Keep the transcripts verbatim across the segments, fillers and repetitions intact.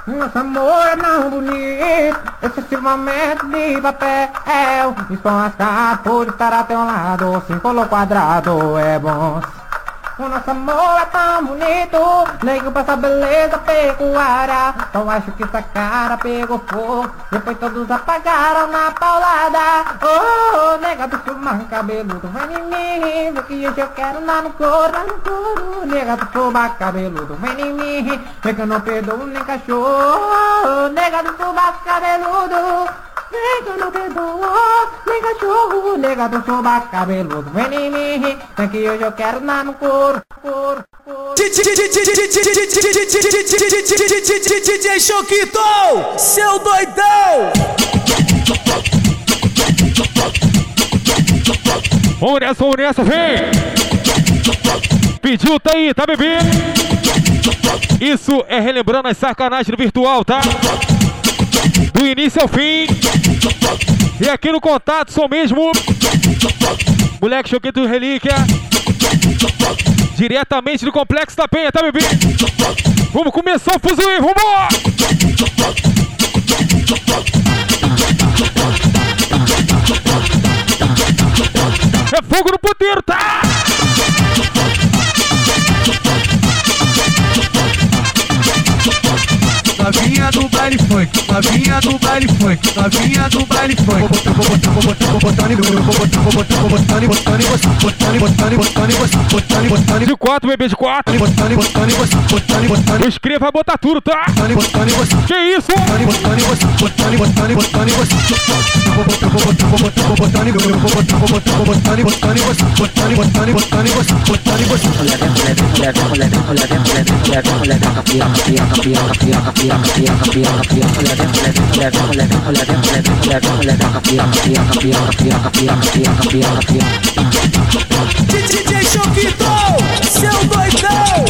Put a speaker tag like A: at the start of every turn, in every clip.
A: Nosso amor é tão bonito, excessivamente de papel. Estou arrasado por estar a teu lado, círculo quadrado é bom. O nosso amor é tão bonito, nego pra essa beleza pecuária. Então acho que essa cara pegou fogo, depois todos apagaram na paulada. Oh, nega do fumar cabeludo, vem em mim, vê que hoje eu quero lá no couro, lá no couro. Nega do fumar cabeludo, vem em mim, vê que eu não perdoo nem cachorro. Nega do fumar cabeludo, vem que eu não perdoo nem cachorro. Nega do sobaco cabeludo, vem em mim, vem que hoje eu quero lá no couro, couro, couro.
B: D J Choquito, seu doidão!
C: Vamos nessa, vamos nessa, vem! Pediu, tá aí, tá bebendo? Isso é relembrando as sacanagens do virtual, tá? Do início ao fim. E aqui no contato sou mesmo moleque Choquito Relíquia, diretamente do Complexo da Penha, tá bebê? Vamos começar o fuzuí, vambora! É fogo no puteiro, tá?
D: Novinha do baile funk, novinha do baile funk, novinha do baile funk. Vou botar, vou botar, vou botar, vou botar, vou botar, vou botar, vou botar, vou botar, botando, botando, botando, botando, botando.
C: De quatro, bebê de quatro.
D: Botando, botando, botando, botando.
C: O inscreva vai botar tudo, tá? Que isso?
D: Botando, botando, botando, botando, botando. Vou botar, vou botar, vou botar, vou botar, vou botar, vou botar, vou botar, botando, botando, botando, botando, botando, botando.
E: Olha dentro, olha dentro, olha dentro, olha dentro, olha dentro, olha dentro, olha dentro, olha dentro, capia, capia, capia, capia, capia. Capia, capia, capia, olha dentro, olha dentro, olha dentro, olha dentro, olha dentro, olha dentro, olha dentro, olha dentro, capia, capia, capia, capia, capia, capia, capia, capia.
B: D J Choquito, seu doidão!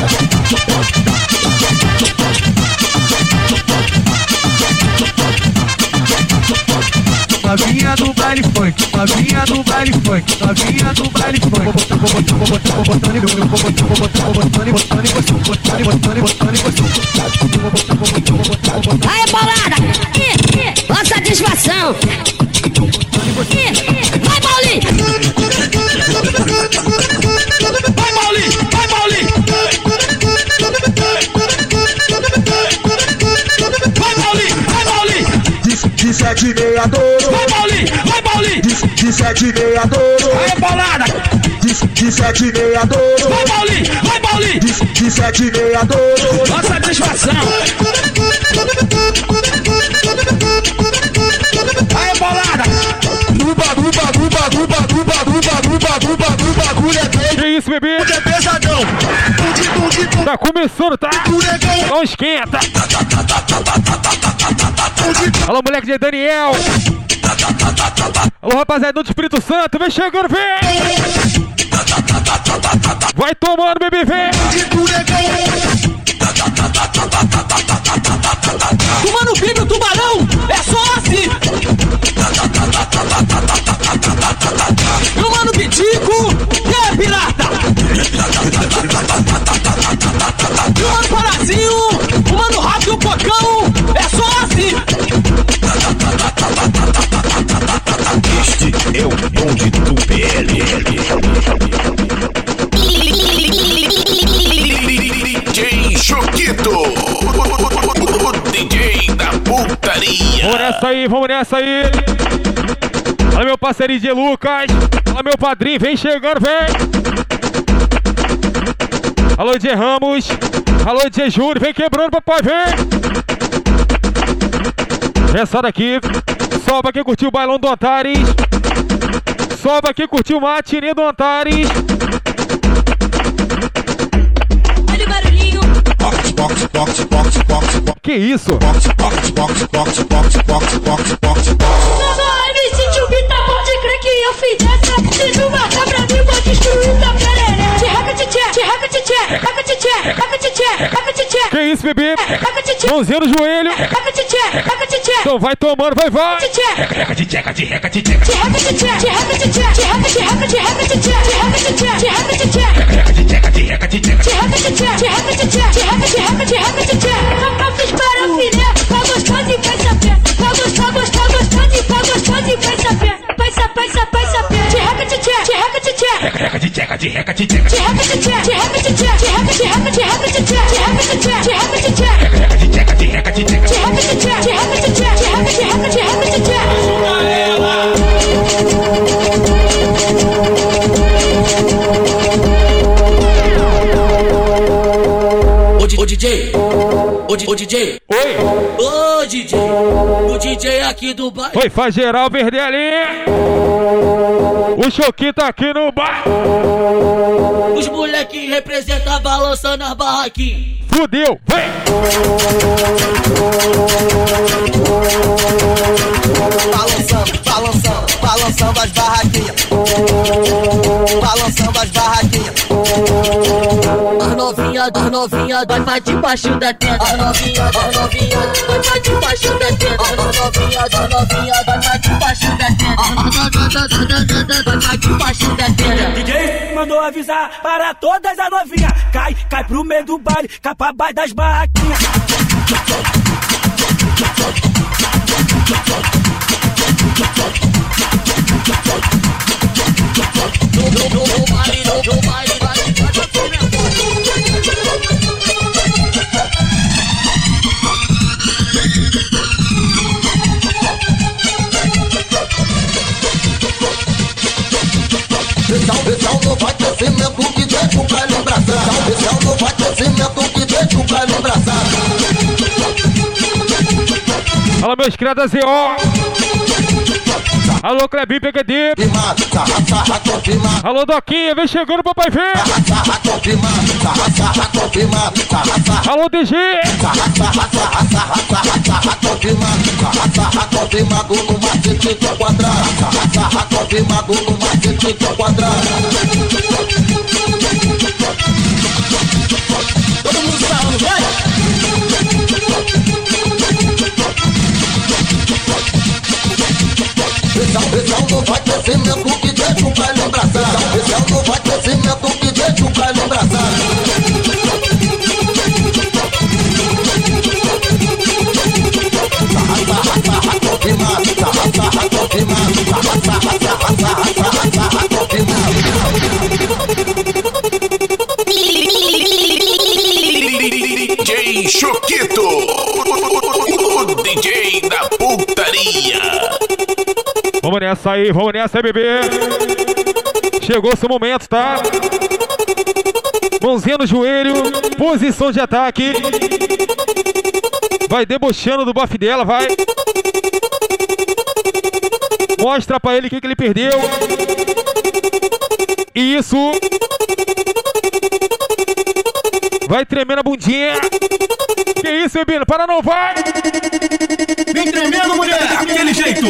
D: Novinha do baile funk, novinha do baile funk, novinha do baile funk. Vou botar, vou botar, vou botar, vou botar, vou botar, vou botar, vou botar, botando, botando, botando, botando, botando.
F: Aí, bolada! Ó satisfação! Vai, Paulinho!
B: Vai, Paulinho! Vai, Paulinho! Vai, Paulinho! Vai, Paulinho!
D: De sete e meia douro.
B: Vai, Paulinho! Vai, Paulinho!
D: De sete e meia douro.
B: Aí, bolada!
D: De sete e meia douro.
B: Vai, Paulinho! Vai, Paulinho!
D: De sete e meia douro.
B: Ó satisfação! Aí, bolada!
D: Do bagulho, bagulho, bagulho, bagulho, bagulho, bagulho, bagulho, bagulho, bagulho é doido.
C: Que isso, bebê?
D: É pesadão.
C: Tá começando, tá? Não esquenta. Alô, moleque de Daniel. Alô, rapaziada do Espírito Santo. Vem chegando, vem. Vai tomando, bebê, vem.
B: Tomando bico, tubarão, é só assim. Tomando pitico, e é pirata. Tomando parazinho, tomando rato e o pocão, é só assim.
G: Este é o bonde do P L. D J Choquito, o D J da putaria.
C: Vamos nessa aí, vamos nessa aí. Olha meu parceirinho de Lucas. Olha meu padrinho, vem chegando, vem. Alô, D J Ramos. Alô, D J Júnior, vem quebrando, papai, vem. Essa daqui, só pra quem curtiu o bailão do Antares. Só pra quem curtiu o matinê do Antares.
F: Olha o barulhinho.
G: Box, box, box, box, box, box.
C: Que isso?
G: Box, box, box, box, box, box, box, box, box.
F: Me sentiu vida, pode crer que eu fiz essa. Se não marcar pra mim, vou destruir tua pereré. Te raca, te tchê, te raca, te tchê, raca, te tchê, raca, te tchê, raca, te tchê.
C: Que isso, bebê?
F: Raca, te tchê,
C: Mãozinha no joelho.
F: raca, te tchê, raca, te tchê.
C: Então vai tomando, vai, vai.
F: Te tchê,
G: Reca de tcheca, de reca de
F: te
G: tcheca.
F: raca, te tchê, te raca, te tchê, te raca, te raca, te raca, te tchê, te raca, te tchê, te raca, te tchê.
G: Reca de tcheca, de reca de tcheca.
F: Te raca, te tchê, te raca, te tchê, te raca, te raca, te raca, te tchê. Eu fiz para
B: tcheca, de reca, de tcheca.
F: De reca, de tcheca, de reca, de tcheca. De reca, de reca, de reca, de tcheca. De reca, de tcheca, de reca, de tcheca.
B: Reca, de tcheca, de reca, de tcheca.
F: De reca, de tcheca, de reca, de tcheca. De reca, de reca, de reca, de tcheca.
B: Ô D J, ô D J,
C: Oi,
B: ô D J, o D J aqui do bairro.
C: oi, faz geral verde ali. O Choquinho tá aqui no bar.
B: Os moleque representa balançando as barraquinhas.
C: Fudeu, vem.
H: Balançando, balançando, balançando as barraquinhas. Balançando as barraquinhas.
B: As novinha, as novinha, vai pra debaixo da tenda. As novinha, as novinha, vai pra debaixo da tenda. As novinha, as novinha, vai pra debaixo da tenda. Vai pra debaixo da tenda.
I: D J mandou avisar para todas as novinhas. Cai, cai pro meio do baile, cai pra baixo das barraquinhas.
B: No, no, no, no baile, no, no baile, vai, vai, vai,
H: Esse é o novo aquecimento que deixa o baile embraçado. Esse é o novo aquecimento que deixa o baile embraçado.
C: Alô, meus criadas e ó. Alô, Clebinho P Q D. Alô, Doquinha, vem chegando, papai, vem. Alô, D G.
H: Confirmado no macete do quadrado. Confirmado no macete do quadrado. Todo mundo falando, vai! Esse é o novo aquecimento que deixa o baile embraçado. Esse é o novo aquecimento que deixa o baile embraçado.
B: D J Choquito, o D J da putaria.
C: Vamos nessa aí, vamos nessa aí, bebê. Chegou seu momento, tá? Mãozinha no joelho, posição de ataque. Vai debochando do buff dela, vai. Mostra pra ele o que, que ele perdeu. Isso. Vai tremendo a bundinha. Que isso, bebê? Para, não vai.
I: Vem tremendo, mulher, aquele jeito.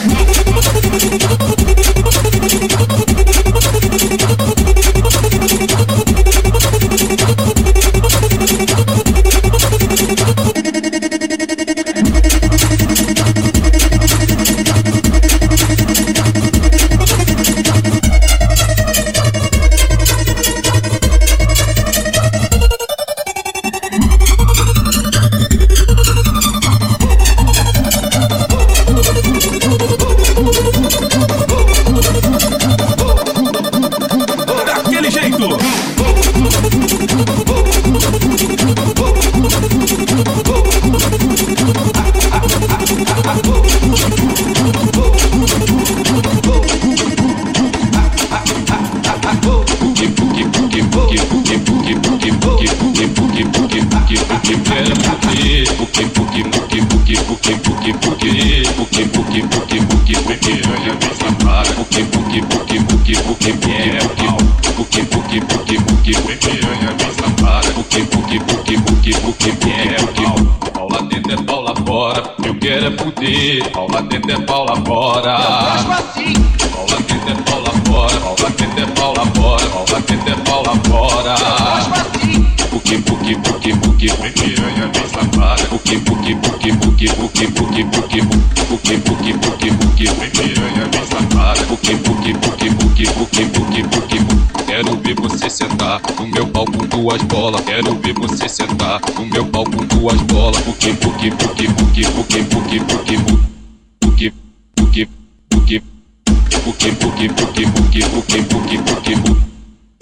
J: Paula dentro é Paula fora. Paula dentro é Paula fora. Paula dentro é Paula fora. Paula dentro é Paula fora. Puki puki puki puki puki piranha bem safada. Puki puki puki puki puki puki puki puki puki puki puki piranha bem safada. Puki puki puki puki puki puki puki. Quero ver você sentar no meu pau com duas bolas. Quero ver você sentar no meu pau com duas bolas. Puki puki puki puki puki puki puki puki puki puki puki puki puki puki puki puki puki puki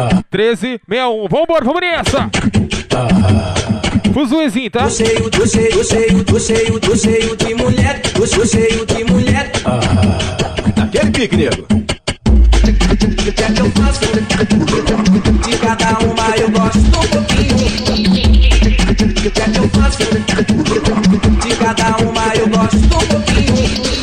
C: treze sessenta e um. Vambora, vamos nessa. Fuzuezinho, tá?
K: Tô cheio, tô cheio, tô cheio, tô cheio, tô cheio de mulher. Tô cheio de mulher.
L: Aquele pique, nego.
K: Quer que eu faço? De cada uma eu gosto um pouquinho. Quer que eu faço? De cada uma eu gosto um pouquinho.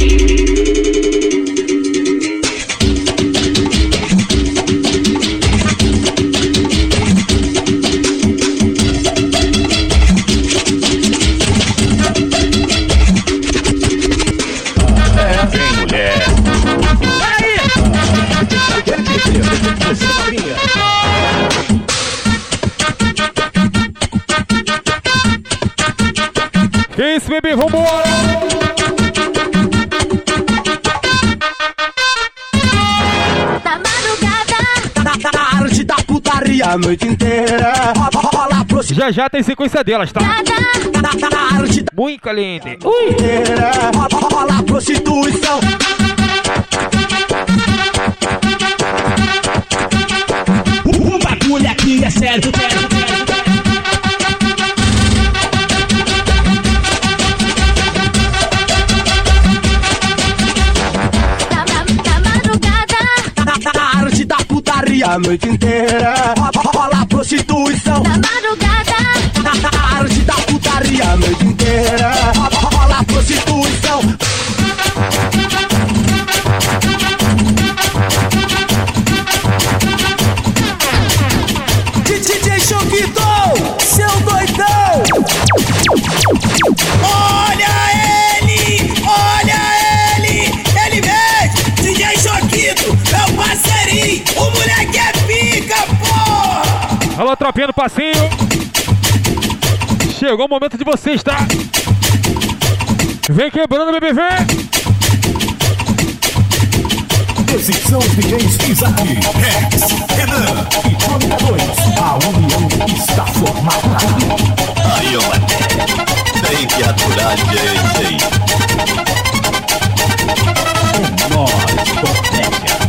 C: Que isso, bebê, vambora!
K: Da madrugada, da arte da putaria a noite inteira. Rola pro
C: Já já tem sequência delas, tá?
K: da arte da
C: Muito caliente.
K: Ui! Inteira. Rola prostituição. O bagulho aqui é sério, sério, sério. A noite inteira rola prostituição. Da madrugada, da arte da putaria a noite inteira rola prostituição. D J Choquito, seu doidão. Olha ele, olha ele, ele mesmo, D J Choquito, meu parceirinho, o moleque é pica, porra!
C: Alô, tropinha do passinho. Chegou o momento de vocês, tá? Vem quebrando, bebê, vem!
M: Esses são os D Js Isaac, Rex, Renan e Tônica dois. A união está formada.
L: Aí, ó, mano. Tem que aturar, gente.
M: Nós, Tônica.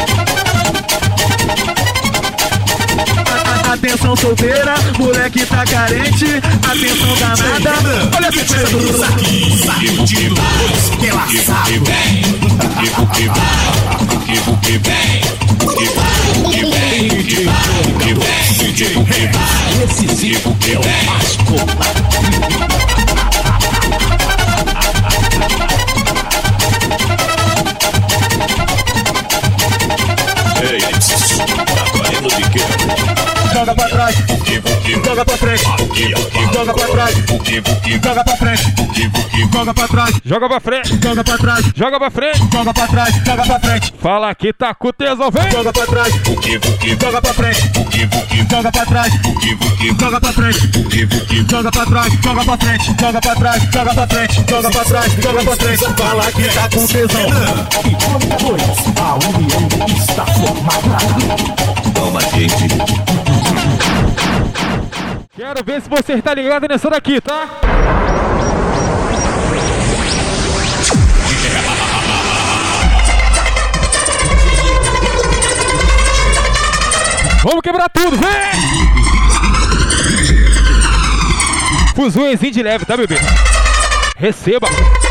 D: Atenção solteira, moleque tá carente. Atenção danada, olha a bicha do
M: Isaac, Isaac, Tino, pela saco.
J: Buque, buque, buque, buque, bem. Buque, buque, bem. Buque, buque, bem. Buque, buque, bem.
M: Esse buque é o mais popular.
J: Ei, tá valendo de quê?
D: Joga pra trás,
J: Buque, buque,
D: joga pra frente,
J: buque, buque,
D: joga pra trás,
J: buque, buque,
D: joga pra frente,
J: buque, buque,
D: joga pra trás,
C: Joga pra frente,
D: joga pra trás,
C: joga pra frente.
D: joga pra trás, joga pra frente,
C: Fala que tá com tesão, vem!
D: joga pra trás,
J: buque, buque,
D: joga pra frente,
J: buque, buque,
D: joga pra trás,
J: buque, buque,
D: joga pra frente,
J: buque, buque,
D: joga pra trás, joga pra frente, joga pra trás, joga pra frente, joga pra trás, joga pra frente. Fala que tá com tesão.
M: E Tônica dois. A união está formada.
L: Toma, gente.
C: Quero ver se você tá ligado nessa daqui, tá? Vamos quebrar tudo, vem! Fuzuezinho de leve, tá, bebê? Receba!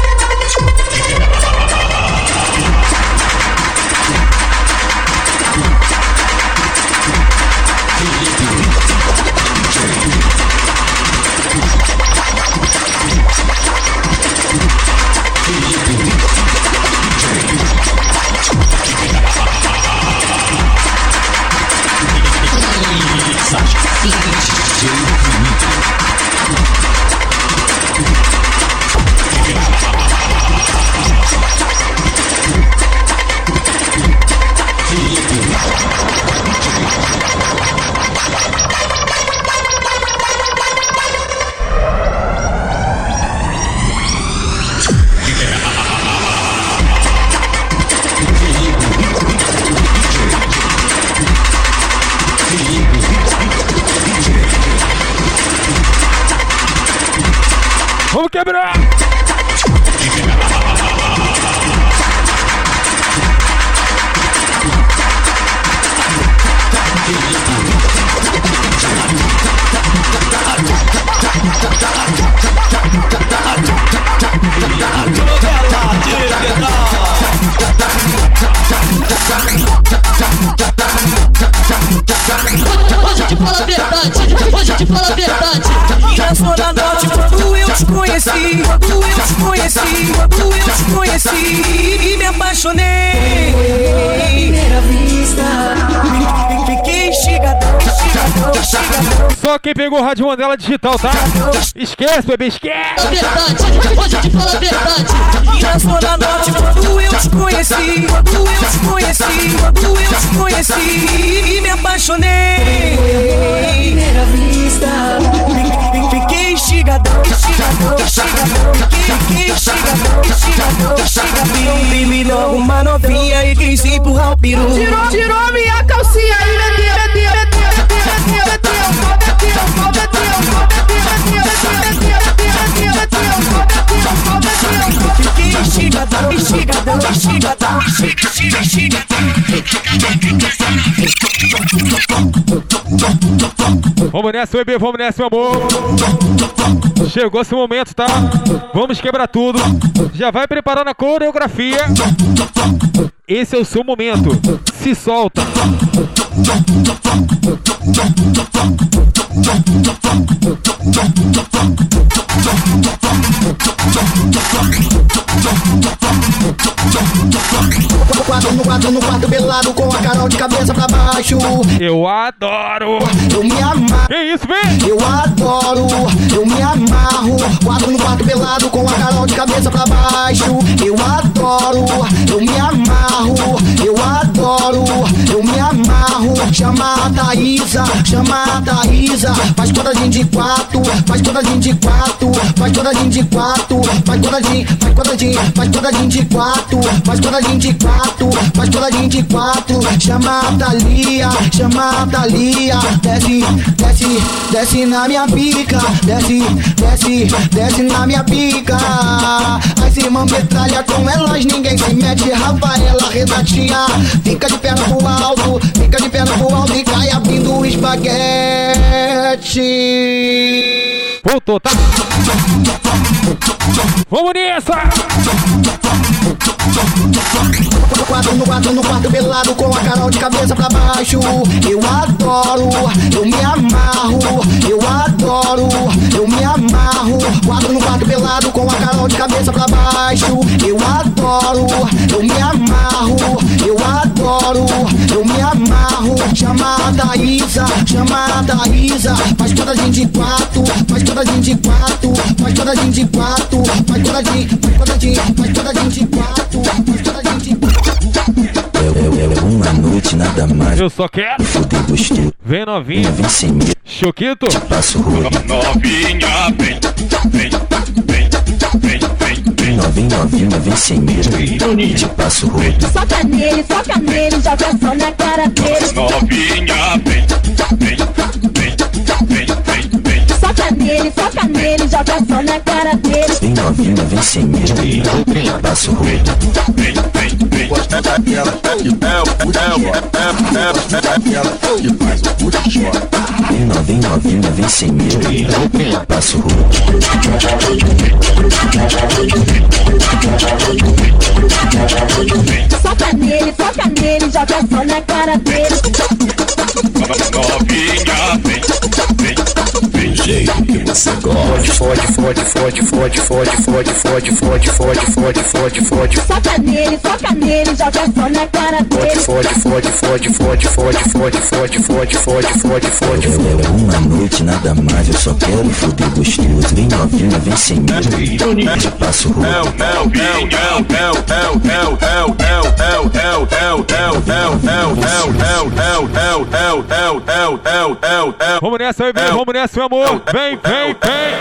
C: Vamos quebrar!
B: Hoje eu te falo a verdade, hoje eu te falo a verdade.
K: E na Zona Norte, quando eu te conheci, quando eu te conheci, quando eu te conheci, e me apaixonei. Primeira vista, fiquei instigadão, instigadão, instigadão.
C: Só quem pegou o Rádio Mandela Digital, tá? Esquece, bebê, esquece.
B: A verdade, hoje eu te falo a verdade.
K: E na Zona Norte, quando eu te conheci, quando eu te conheci, quando eu te conheci, e me apaixonei. Primeira vista, fiquei instigadão, instigadão, instigadão, fiquei instigadão, instigadão, instigadão. Vi logo uma novinha e quis empurrar o peru.
F: Tirou, tirou minha calcinha e meteu, meteu, meteu, meteu, meteu,
K: fiquei instigadão, instigadão, instigadão, instigadão.
C: Vamos nessa, bebê, vamos nessa, meu amor. Chegou esse momento, tá? Vamos quebrar tudo. Já vai preparando a coreografia. Esse é o seu momento. Se solta.
K: Quadro no quadro, no quarto pelado com a Carol de cabeça pra baixo.
C: Eu adoro.
K: Eu me amarro.
C: Que isso, vem?
K: Eu adoro. Eu me amarro. Quadro no quarto pelado com a Carol de cabeça pra baixo. Eu adoro. Eu me amarro. Eu adoro. Eu me amarro. Chama a Thaísa. Chama a Thaísa. Faz quadradinho de quatro. Faz quadradinho de quatro. Faz quadradinho de quatro. Faz quadradinho. Faz quadradinho. Faz quadradinho de quatro. Faz quadradinho de quatro. Faz quadradinho de quatro. Chama a Thalia. Chama a Thalia. Desce, desce, desce na minha pica. Desce, desce, desce na minha pica. Aí se metralha com elas, ninguém se mete. Rafaela, Renatinha, fica de perna pro alto. Fica de perna pro alto e cai abrindo o espaguete.
C: Voltou, tá? Vamos nessa!
K: Quadro no quadro, no quarto pelado com a Carol de cabeça pra baixo. Eu adoro, eu me amarro. Eu adoro, eu me amarro. Quadro no quarto pelado com a Carol de cabeça pra baixo. Eu adoro, eu me amarro. Eu adoro, eu me amarro. Chama a Thaísa, chama a Thaísa. Faz quadradinho de quatro, faz quadradinho de quatro. Faz quadradinho de quatro, faz quadradinho, faz quadradinho, faz quadradinho de quatro. Faz quadradinho de quatro.
N: É uma noite nada mais.
C: Eu só quero
N: foder gostoso.
C: Vem novinha,
N: vem sem medo.
C: Choquito.
N: Passo rolo.
J: Novinha, vem, vem, vem, vem, vem, vem.
N: Novinha, novinha, vem sem medo. Te passo rolo.
F: Soca nele, soca nele, joga só na cara dele.
J: Novinha, vem, vem, vem, vem, vem, vem.
F: Soca nele, soca nele, joga só na cara dele.
N: Vem novinha, vem sem medo. Passo rolo.
J: Vem, vem, vem.
H: Gosta daquela que é o que faz o puto chora.
N: Vem novinha, novinha, vem sem medo. Passo rolo.
F: Soca nele, soca nele, joga só na cara dele.
J: Novinha, vem, vem, vem.
N: Jeito que você gosta.
K: Fode, fode, fode, fode, fode, fode, fode, fode, fode, fode, fode, fode.
F: Soca nele, soca nele, joga só na cara dele.
K: Fode, fode, fode, fode, fode, fode, fode, fode, fode, fode, fode.
N: É uma noite nada mais, eu só quero foder gostoso. Vem novinha, vem sem medo. Te passo rolo.
C: Vamos nessa, bebê, vamos nessa, meu amor. Vem, vem, vem.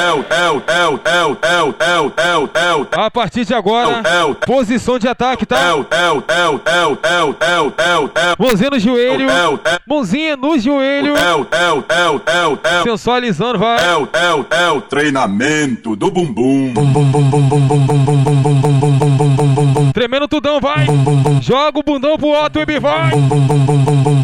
C: A partir de agora, posição de ataque, tá? Mãozinha no joelho. Mãozinha no joelho. Sensualizando, vai.
J: Treinamento do bumbum.
C: Tremendo tudão, vai. Joga o bundão pro alto, bebê, vai.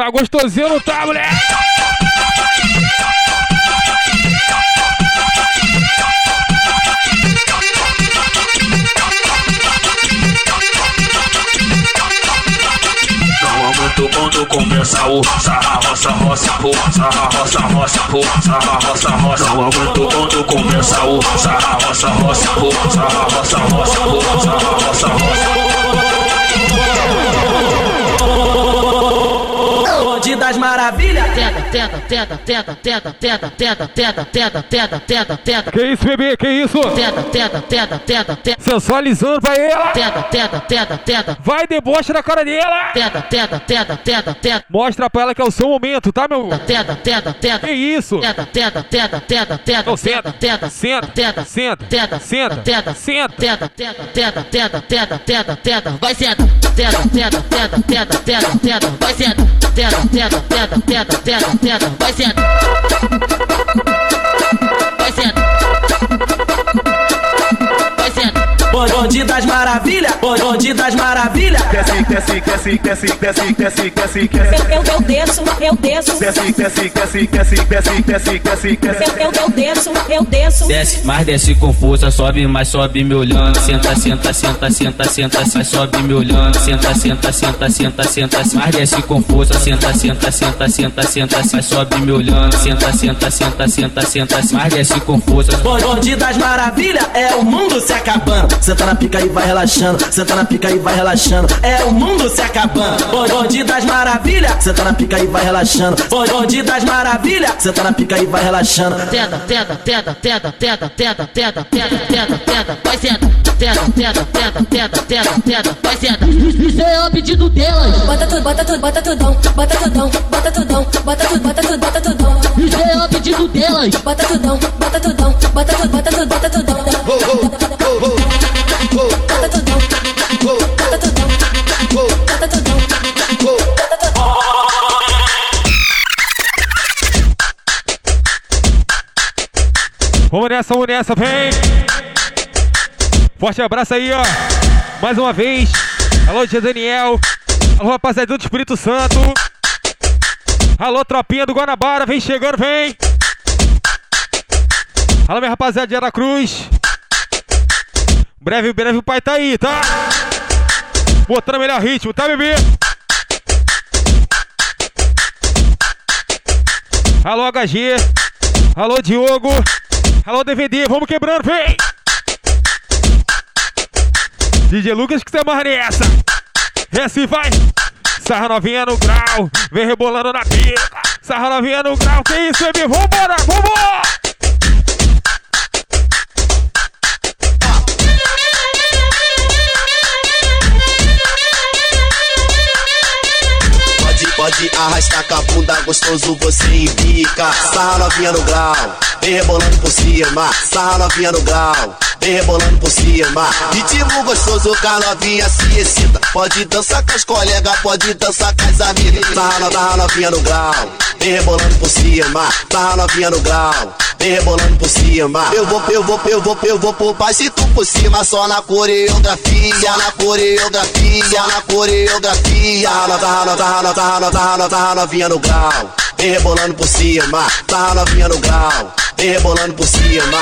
C: Tá gostosinho, não tá, mulher?
O: Muito quando começa o sarra, roça, roça, pô, sarra, roça, roça, pô, sarra, roça, roça. Não aguento quando começa o sarra, roça, roça, pô, sarra, roça, roça, pô, sarra, roça, roça.
K: Bonde das maravilhas.
B: Tenta, tenta, tenta, tenta, tenta, tenta, tenta, tenta, tenta, tenta, tenta, tenta.
C: Que isso, bebê? Que isso?
B: Tenta, tenta, tenta, tenta, tenta.
C: Sensualizando pra ela.
B: Tenta, tenta, tenta, tenta.
C: Vai, deboche na cara dela.
B: Tenta, tenta, tenta, tenta, tenta.
C: Mostra pra ela que é o seu momento, tá, meu?
B: Tenta, tenta, tenta.
C: Que isso?
B: Tenta, tenta, tenta, tenta, tenta.
C: Senta,
B: tenta,
C: senta,
B: tenta,
C: senta,
B: tenta,
C: senta,
B: tenta,
C: senta,
B: tenta, tenta, tenta, tenta, tenta, tenta, tenta. Vai, senta. Tenta, tenta, tenta, tenta, tenta, tenta. Vai, senta. Tenta, tenta, tenta, tenta, tenta, tenta. Vai, senta. Vai, senta. Vai, senta.
K: Bonde das maravilhas, bonde das maravilhas.
M: Desce, desce, desce, desce, desce, desce, desce, desce.
F: Eu, eu, eu desço, eu desço.
M: Desce, desce, desce, desce, desce, desce, desce, desce.
F: Eu, eu, eu desço, eu desço.
E: Desce, mas desce com força, sobe, mas sobe me olhando. Senta, senta, senta, senta, senta, mas sobe me olhando. Senta, senta, senta, senta, senta, mas desce com força. Senta, senta, senta, senta, senta, mas sobe me olhando. Senta, senta, senta, senta, senta, mas desce com força.
K: Bonde das maravilhas é o mundo se acabando. Senta na pica e vai relaxando, senta na pica e vai relaxando. É o mundo se acabando. Bonde das maravilhas, senta na pica e vai relaxando. Bonde das maravilhas, senta na pica e vai relaxando.
B: Tenta, tenta, tenta, tenta, tenta, tenta, tenta, tenta, tenta, tenta. Vai, senta. Tenta, tenta, tenta, tenta, tenta, tenta. Vai, senta. Isso é o pedido delas.
F: Bota tudo, bota tudo, bota tudão, bota tudão, bota tudão, bota tudo, bota tudo, bota tudão.
B: Isso é o pedido delas.
F: Bota tudão, bota tudão, bota tudo, bota tudo, bota tudão. Bota tudão, bota tudão, bota tudão, bota tudão.
C: Vamos nessa, vamos nessa, vem! Forte abraço aí, ó. Mais uma vez. Alô, Tia Daniel. Alô, rapaziada do Espírito Santo. Alô, tropinha do Guanabara. Vem chegando, vem. Alô, minha rapaziada de Aracruz. Breve, breve o pai tá aí, tá? Botando o melhor ritmo, tá, bebê? Alô, H G. Alô, Diogo. Alô, D V D. Vamos quebrando, vem! D J Lucas que você amarra nessa. Esse vai. Sarra novinha no grau. Vem rebolando na pica. Sarra novinha no grau. Que isso, bebê? Vambora, vambora!
H: Pode arrastar com a bunda, gostoso você embica. Sarra novinha no grau, vem rebolando por cima. Sarra novinha no grau, vem rebolando por cima. Ritmo gostoso, com a novinha se excita. Pode dançar com os colegas, pode dançar com as amigas. Sarra novinha no grau, vem rebolando por cima. Sarra novinha no grau, vem rebolando por cima. Eu vou, eu vou, eu vou, eu vou por baixo e tu por cima. Só na coreografia, só na coreografia, só na coreografia. Sarra novinha, sarra Tá, tá novinha no grau, vem rebolando por cima. Tá novinha no grau, vem rebolando por cima.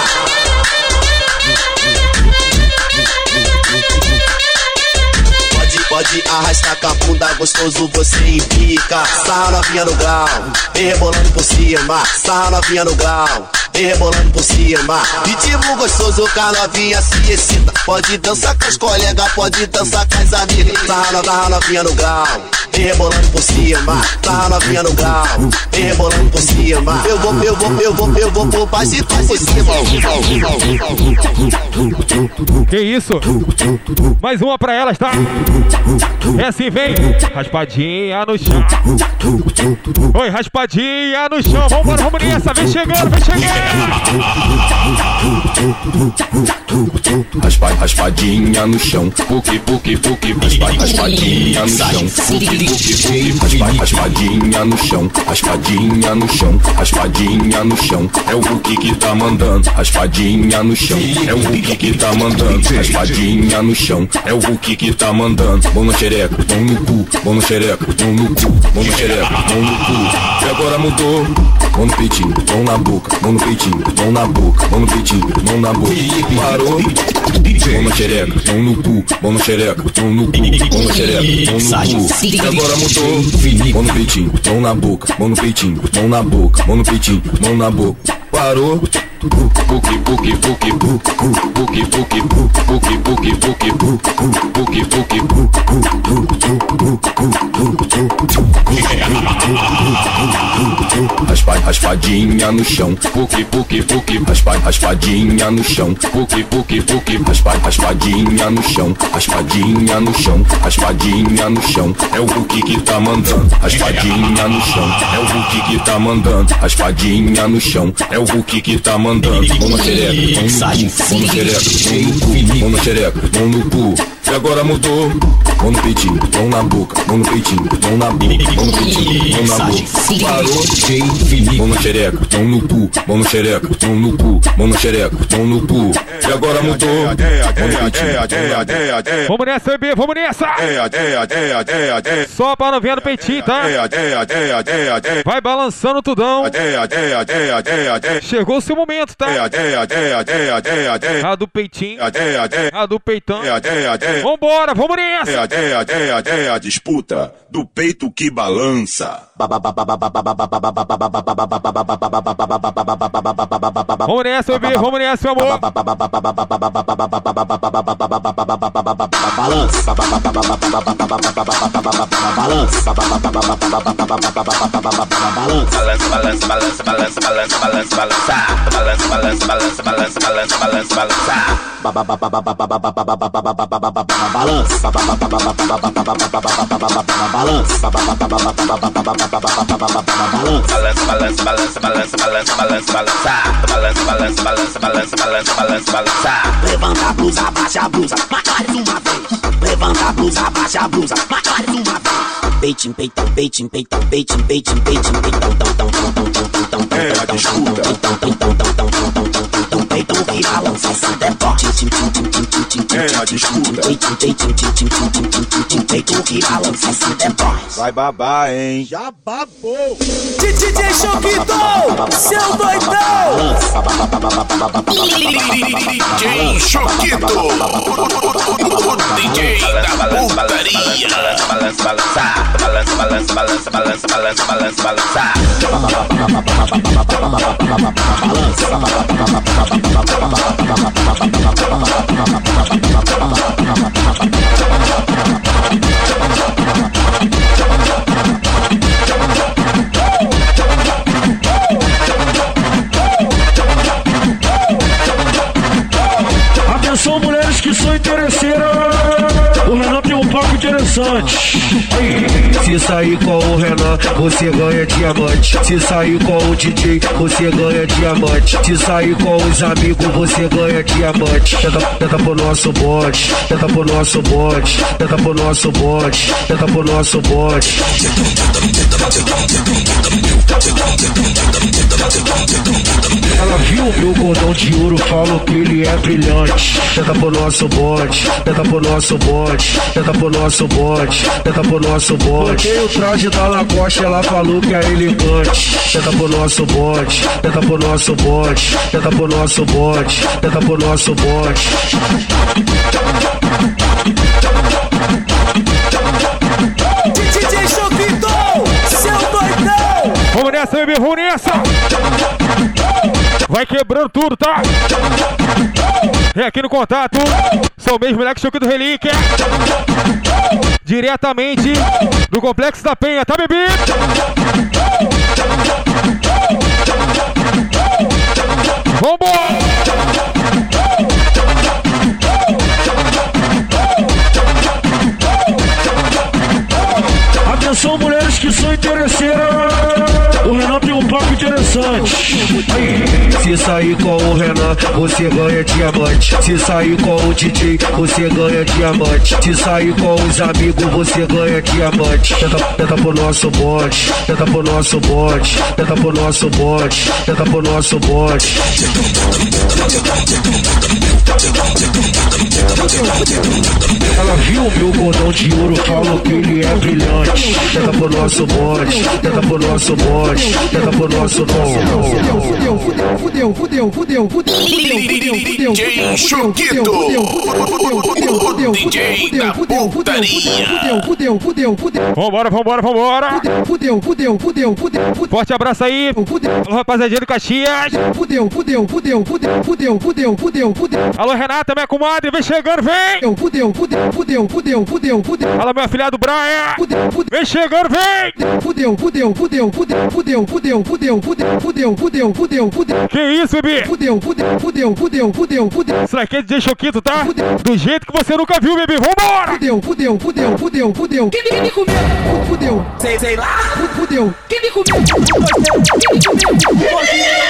H: Pode, pode arrastar com a bunda, gostoso você empica. Sarra novinha no grau, vem rebolando por cima. Sarra novinha no grau, vem rebolando por cima. Ritmo gostoso, com a novinha se excita. Pode dançar com os colegas, pode dançar com as amigas. Sarra novinha no grau, vem rebolando por cima. Sarra novinha no grau, vem rebolando por cima. Eu vou, eu vou, eu vou, eu vou por baixo e tu por cima.
C: Que isso? Mais uma pra elas, tá? É assim, vem. Raspadinha no chão. Oi, raspadinha no chão. Vambora, vamos nessa. Vem chegando, vem chegando.
M: Raspa, raspadinha no chão. Puki, puki, puki. Raspa, raspadinha no chão. Puki,
L: Raspadinha no chão, raspadinha no chão, raspadinha no chão. É o Hulk que tá mandando, raspadinha no chão. É o Hulk que tá mandando, raspadinha no chão. É o Hulk que tá mandando. Mão na xereca, mão no cu, mão na xereca, mão no cu, mão na xereca, mão no cu. E agora mudou. Mão no peitinho, mão na boca, mão no peitinho, mão na boca, mão no peitinho, mão na boca. Parou. Mão na xereca, mão no cu, mão na xereca, mão no cu, mão na xereca, mão no cu. E agora mudou. Mão no peitinho, mão na boca, mão no peitinho, mão na boca, mão no peitinho, mão na boca. Parou. Buki buki buki buki buki buki buki buki buki buki buki buki raspadinha no chão, buki buki buki raspadinha no chão, buki buki buki raspadinha no chão, raspadinha no chão, raspadinha no chão. É o Hulk que tá mandando, raspadinha no chão. É o Hulk que tá mandando, raspadinha no chão. É o Hulk que tá mandando. Mão na xereca, mão no cu, mão na xereca, mão no cu, mão no cu. E agora mudou. Mão no peitinho, mão na boca, mão no peitinho, mão na boca, mão no peitinho, mão na boca. Parou. Mão na xereca, mão no cu, mão na xereca, mão no cu, mão na xereca, mão no cu. E agora mudou. Mão no peitinho.
C: Vamos nessa, bebê, vamos nessa. Só para novinha do peitinho, tá? Vai balançando tudão. Chegou o seu momento, tá? A do peitinho, a do peitão. Vambora, vamos nessa.
P: A disputa do peito que balança.
C: Vamos nessa, bebê, vamos nessa, meu amor.
K: Balança. Balança.
O: Balança, balança, balança, balança, balança, balança, balança. Balança, balança, balança, balança, balança, balança, balança.
K: Balança.
O: Balança, balança, balança, balança, balança, balança, balança. Balança, balança, balança, balança, balança, balança, balança.
K: Levanta a blusa, abaixa a blusa, mais uma vez. Levanta a blusa, abaixa a blusa, mais uma vez. Peitinho, peitão, peitinho, peitão, peitinho, peitinho, peitinho, peitão, tão, tão, tão, tão, tão, tão, tão,
P: é a disputa.
K: Peitão, peitão, tão, tão, tão, tão, tão, tão, tão, peitão que balança, se deporte.
P: É a disputa.
K: Peitinho, peitinho, peitinho, peitinho, peitinho, peitão que balança, se deporte.
P: Vai babar, hein?
K: Já babou.
I: D J Choquito, seu doidão.
O: D J Choquito, o D J da putaria. Balança, balança, balança, balança, balança, balança, balança, balança, balança.
I: Atenção, mulheres que são interesseiras, o Renan tem um papo interessante.
Q: Se sair com o Renan, você ganha diamante. Se sair com o D J, você ganha diamante. Se sair com os amigos, você ganha diamante. Tenta, tenta pro nosso bonde, tenta pro nosso bonde, tenta pro nosso bonde, tenta pro nosso bonde. Ela viu o meu cordão de ouro, falou que ele é brilhante. Tenta pro nosso bonde, tenta pro nosso bonde, tenta pro nosso bonde, tenta pro nosso bonde. Botei o traje da Lacoste, ela falou que é elegante. Tenta pro nosso bonde, tenta pro nosso bonde, tenta pro nosso bonde, tenta pro nosso bonde.
I: D J Choquito, seu doidão.
C: Vamos nessa, bebê, vamos nessa. Vai quebrando tudo, tá? É aqui no contato. São mesmo moleque Choquito Relíquia. Diretamente do Complexo da Penha, tá, bebê? Vambora!
I: Atenção, mulheres que são interesseiras, o Renan tem um papo interessante.
Q: Se sair sair com o Renan, você ganha diamante. Se sair com o D J, você ganha diamante. Se sair com os amigos, você ganha diamante. Tenta, tenta pro nosso bonde, tenta pro nosso bonde, tenta pro nosso bonde, tenta pro nosso bonde. Ela viu o meu cordão de ouro, falou que ele é brilhante. Tenta pro nosso bonde, tenta pro nosso bonde, tenta pro nosso bonde.
K: Fudeu, fudeu, fudeu, fudeu, fudeu, fudeu, fudeu,
L: D J Choquito, D J da putaria.
K: Fudeu, fudeu, fudeu.
C: Vambora, vambora, vambora.
K: Fudeu, fudeu, fudeu, fudeu.
C: Forte abraço aí. Alô, rapaziadinha do Caxias.
K: Fudeu, fudeu, fudeu, fudeu, fudeu, fudeu, fudeu, fudeu.
C: Alô, Renata, minha comadre, vem chegando, vem.
K: Fudeu, fudeu, fudeu, fudeu, fudeu, fudeu.
C: Alô, meu afilhado Brian.
K: Fudeu, fudeu.
C: Vem chegando, vem.
K: Fudeu, fudeu, fudeu, fudeu, fudeu, fudeu, fudeu, fudeu, fudeu, fudeu, fudeu, fudeu.
C: Que isso, bebê?
K: Fudeu, fudeu, fudeu, fudeu, fudeu, fudeu.
C: Isso aqui é D J Choquito, tá? Do jeito que você nunca viu, bebê. Vambora!
K: Fudeu, fudeu, fudeu, fudeu, fudeu.
F: Quem me, me comeu?
K: Fudeu.
F: Sei, sei lá.
K: Fudeu.
F: Quem me comeu? Quem me comeu?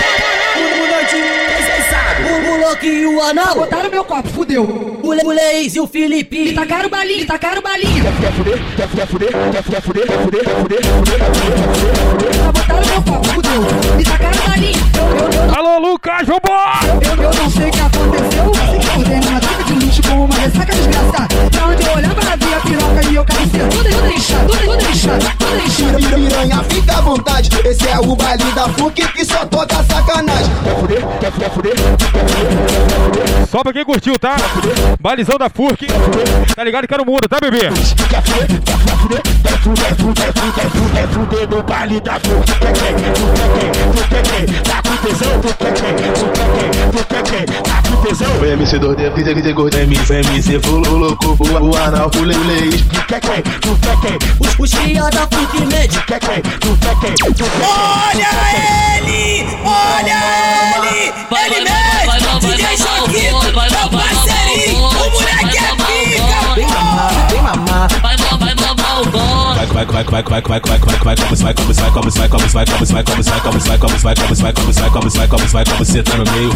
B: O Louquinho e o Anão
K: botaram meu copo, fudeu.
B: O Leis e o Felipe
K: Me tacaram o balinho, tacaram o balinho.
Q: Quer fuder, quer fuder, fuder, quer fuder, fuder, fuder, fuder, fuder,
K: botaram meu copo, fudeu. Me tacaram o balinho.
C: Alô, Lucas, vambora!
K: Eu, eu não sei o que aconteceu. Acordei numa taca de luxo com uma ressaca desgraçada. Pra onde eu olhava, havia a piroca e eu carecia. Toda, toda inchada, toda, toda inchada, toda inchada.
R: Piranha, fica à vontade. Esse é o baile da F U C que só toca sacanagem.
Q: Quer fuder, quer fuder, fuder.
C: Só pra quem curtiu, tá? Balizão da F U C. Tá ligado que era o mundo, tá, bebê?
Q: Quer fuder, quer fuder, quer fuder, quer fuder, quer fuder, quer fuder no baile da F U C. Quer quem, tu quer quem, tu quer quem, tá com tesão, tu quer quem, tu quer quem, tu quer quem, tá com tesão.
S: O M C dois D, que que gordo, M C fulô, louco, o anal, o leis.
Q: Tu quer quem, tu quer quem,
B: os os cria da F U C Med.
Q: Quer quem, tu quer quem, tu quer quem.
F: Olha ele, olha ele, ele mesmo, D J Choquito, meu parceirinho, o moleque é pica,
B: vem mamar, vem mamar, vai mamar, vai mamar o bom.
S: Vai, vai, vai, vai, vai, vai, vai, vai, vai, como vai, como vai, como vai, como vai, como vai, como vai, como vai, como vai, como vai, como vai, como vai, como vai, como você tá no meio.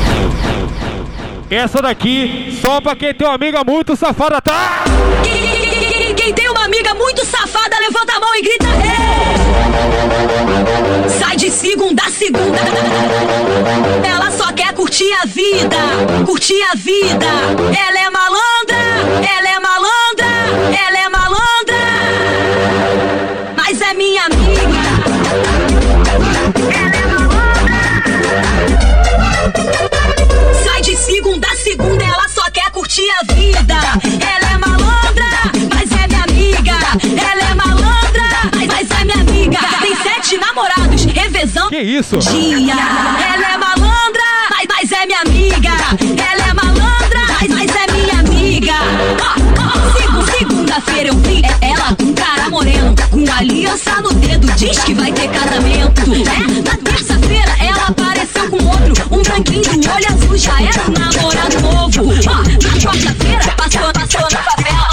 C: Essa daqui, só pra quem tem uma amiga muito safada, tá?
F: Quem, quem tem uma amiga muito safada, levanta a mão e grita hey! Sai de segunda a segunda. Ela só quer curtir a vida, curtir a vida. Ela é malandra, ela é malandra, ela é malandra, mas é minha amiga. Ela é malandra. Sai de segunda a segunda, ela só quer curtir a vida. Ela é malandra, mas é minha amiga. Ela é malandra, mas, mas é minha amiga. Tem sete namorados, revezando.
C: Que isso?
F: Dia. Ela é malandra, mas, mas é minha amiga. Ela é malandra, mas, mas é minha amiga. Oh, oh, seg segunda-feira eu vi ela com um cara moreno, com aliança no dedo, diz que vai ter casamento. É? Na terça-feira ela apareceu com outro, um branquinho do olho azul, já era um namorado novo. Oh, na quarta-feira passou, passou na favela,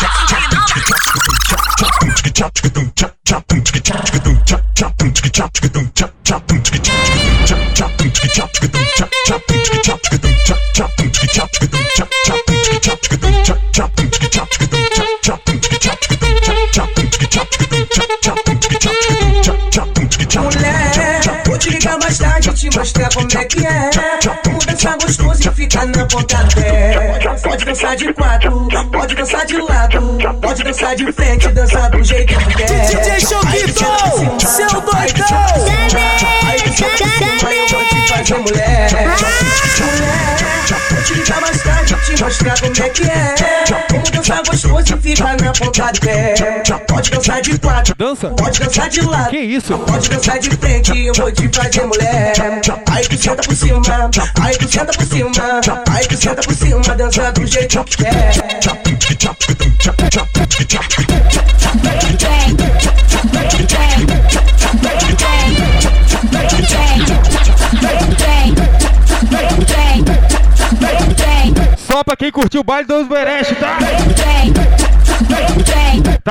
T: mulher, vou te ligar mais tarde, te mostrar como é que é. Vamos dançar gostoso e ficar na ponta do pé. Pode dançar de quatro, pode dançar de lado, pode dançar de frente, dançar do jeito que quer.
F: D J Choquito, seu doidão.
T: Aí tu senta em cima, eu vou te fazer mulher. Mulher, vou te ligar mais tarde, te mostrar como é que é. Vamos dançar gostoso e ficar na ponta do pé. Pode dançar de quatro,
C: dança,
T: pode dançar de lado,
C: que isso?
T: Pode dançar de frente, eu vou te fazer mulher. Aí tu senta por cima, aí tu senta por cima, aí tu senta por cima, dança do jeito que quer.
C: Só pra quem curtiu o baile dos Bereste, tá?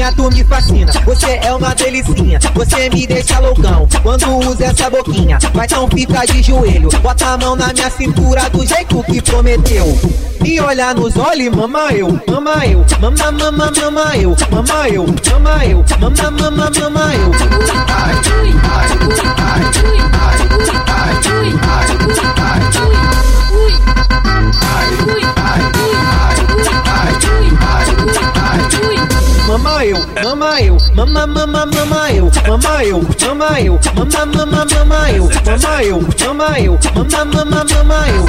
R: novinha, tu me fascina. Você é uma delicinha, você me deixa loucão quando usa essa boquinha. Vai então fica de joelho, bota a mão na minha cintura do jeito que prometeu. Me olha nos olhos, mama eu, mama eu, mama, mama, mama eu, mama eu, mama eu, mama, mama, mama eu. Mama eu, mama eu, mama, mama, mama eu, mama eu, mama eu, mama, mama, mama eu, mama eu, mama eu, mama, mama, mama eu.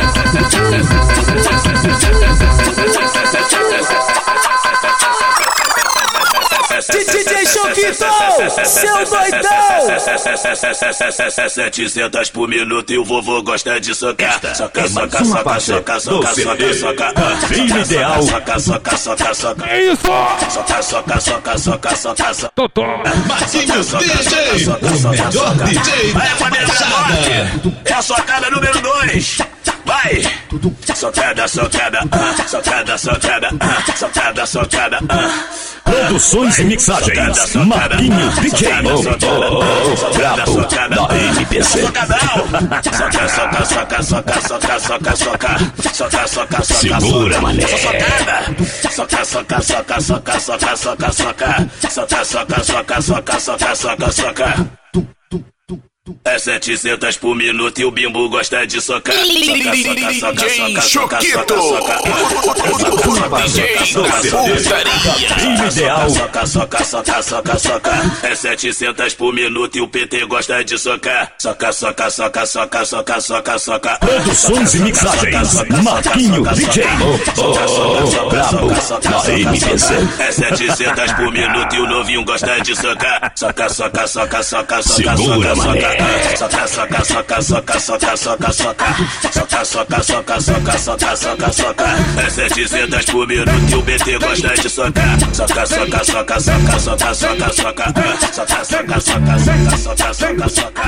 K: D J Choquito, seu doidão!
O: setecentos por minuto e o vovô gosta de socar. Soca, soca, soca, soca, soca, soca, soca.
M: Clima ideal.
O: Soca, soca, soca, soca.
C: É isso!
O: Soca, soca, soca, soca, soca, soca.
C: Totó.
M: Marquinhos D J, o melhor D J
O: Vai, família da Norte. É a socada número dois. Vai! Socada, socada, ah, socada, socada, ah, socada, socada, ah.
M: Produções e mixagens, Marquinhos D J, brabo da M P C.
O: Soca, soca, soca, soca, soca, soca, soca, soca, soca, soca,
M: segura, mané.
O: Soca, soca, soca, soca, soca, soca, soca, soca, soca, soca, soca, soca, soca, soca. É setecentos por minuto e o bimbo gosta de socar.
M: D J Choquito, D J da putaria. Clima ideal.
O: Soca, soca, soca, soca, soca. É setecentos por minuto e o P T gosta de socar. Soca, soca, soca, soca, soca, soca, soca.
M: Produções e mixagens, Marquinhos D J, brabo da M P C.
O: É setecentos por minuto e o novinho gosta de socar. Soca, soca, soca, soca, soca,
M: segura, mané.
O: Soca, soca, soca, soca, soca, soca, soca. Soca, soca, soca, soca, soca, soca, soca. É setecentos por minuto e o B T gosta de socar. Soca, soca, soca, soca, soca, soca, soca. Soca, soca, soca, soca, soca, soca, soca.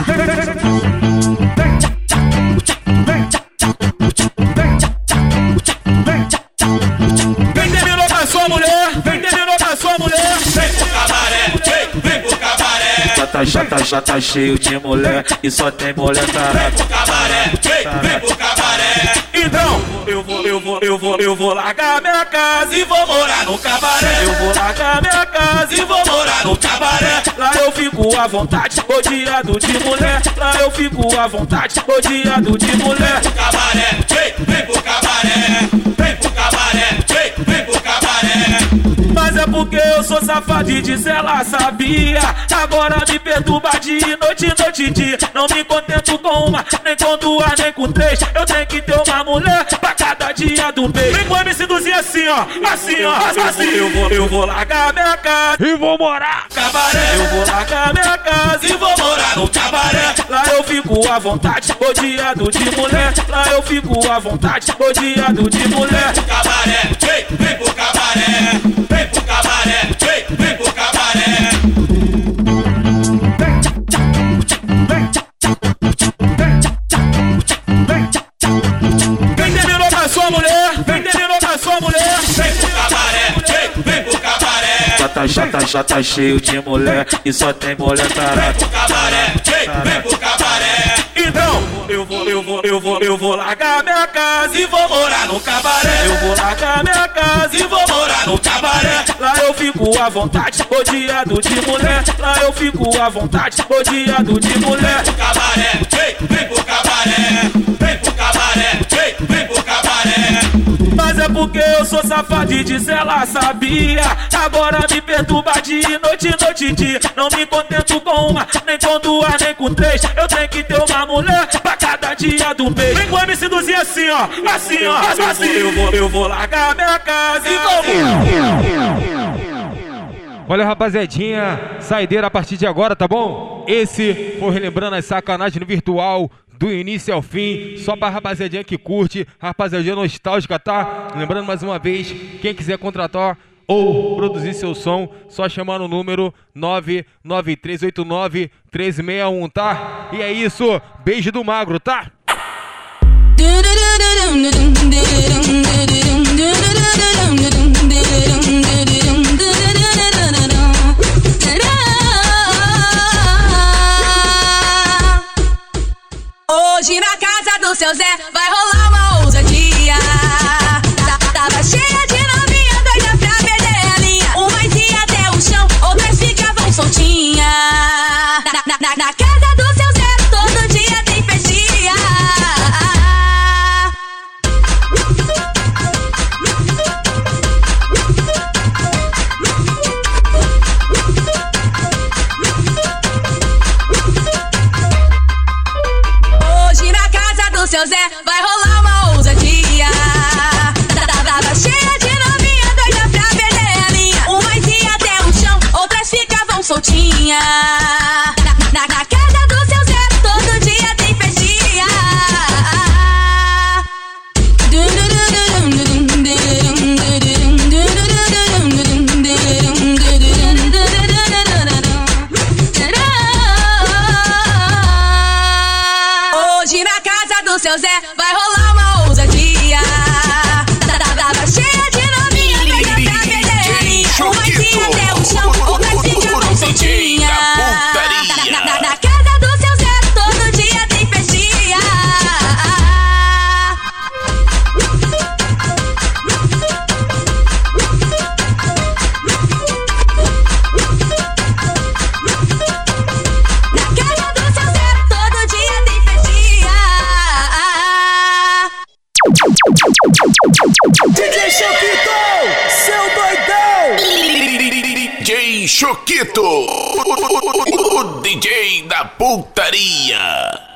K: Vem terminou com a sua mulher, vem terminou com a sua mulher. Vem pro cabaré, vem, vem pro cabaré.
E: Já tá, já tá, já tá cheio de mulher e só tem mulher tarada.
K: Vem pro cabaré, vem, vem pro cabaré. Então, eu vou, eu vou, eu vou, eu vou largar minha casa e vou morar no cabaré. Eu vou largar minha casa e vou morar no cabaré. Lá eu fico à vontade, rodeado de mulher. Lá eu fico à vontade, rodeado de mulher. Vem pro cabaré, vem, vem pro cabaré. Vem pro cabaré, vem, vem pro cabaré. Mas é porque eu sou safado e diz ela sabia. Agora me perturba de noite, noite e dia. Não me contento com uma, nem com duas, nem com três. Eu tenho que ter uma mulher pra cada dia do mês. Vem com me seduzir assim, ó, assim, ó, assim. Eu vou, eu vou largar minha casa
C: e vou morar
K: no cabaré. Eu vou largar minha casa e vou morar no cabaré. Lá eu fico à vontade, rodeado de mulher. Lá eu fico à vontade, rodeado de mulher. Vem pro cabaré, vem, vem pro cabaré. Vem pro cabaré, vem, vem pro cabaré. Vem terminou com a sua mulher, vem terminou com a sua mulher. Vem pro cabaré, vem, vem pro cabaré.
E: Já tá, já tá, já tá cheio de mulher e só tem mulher tarada.
K: Vem pro cabaré, vem, vem pro cabaré. Então, eu vou, eu vou, eu vou, eu vou largar minha casa e vou morar no cabaré. Eu vou largar minha casa e vou morar no cabaré. Lá eu fico à vontade, rodeado de mulher. Lá eu fico à vontade, rodeado de mulher. Vem pro cabaré, vem, vem pro cabaré. Vem pro cabaré, vem, vem pro cabaré. Mas é porque eu sou safado e diz ela sabia. Agora me perturba de noite, noite e dia. Não me contento com uma, nem com duas, nem com três. Eu tenho que ter uma mulher pra cada dia do mês. Vem com me seduzir assim, ó, assim, ó, assim. Eu vou, eu vou largar minha casa e vou.
C: Olha, rapaziadinha, saideira a partir de agora, tá bom? Esse foi relembrando as sacanagens no virtual do início ao fim, só pra rapaziadinha que curte, rapaziadinha nostálgica, tá? Lembrando mais uma vez, quem quiser contratar ou produzir seu som, só chamar no número nove nove três oito nove três seis um, tá? E é isso, beijo do Magro, tá?
F: seu Zé vai rolar uma ousadia. Tá cheia de novinha, doida pra perder a linha. Umas ia até o chão, outras ficavam soltinha. Na, na, na casa do seu Zé, todo dia tem festinha. Hoje na casa do seu Zé vai rolar uma ousadia. Tá cheia de novinha, doida pra perder a linha. Umas ia até o chão, outras ficavam soltinha. Na, na, na casa do seu Zé, todo dia tem festinha. Na casa do seu Zé, todo dia tem festinha.
M: D J Choquito, seu doidão!
L: D J Choquito, o D J da putaria.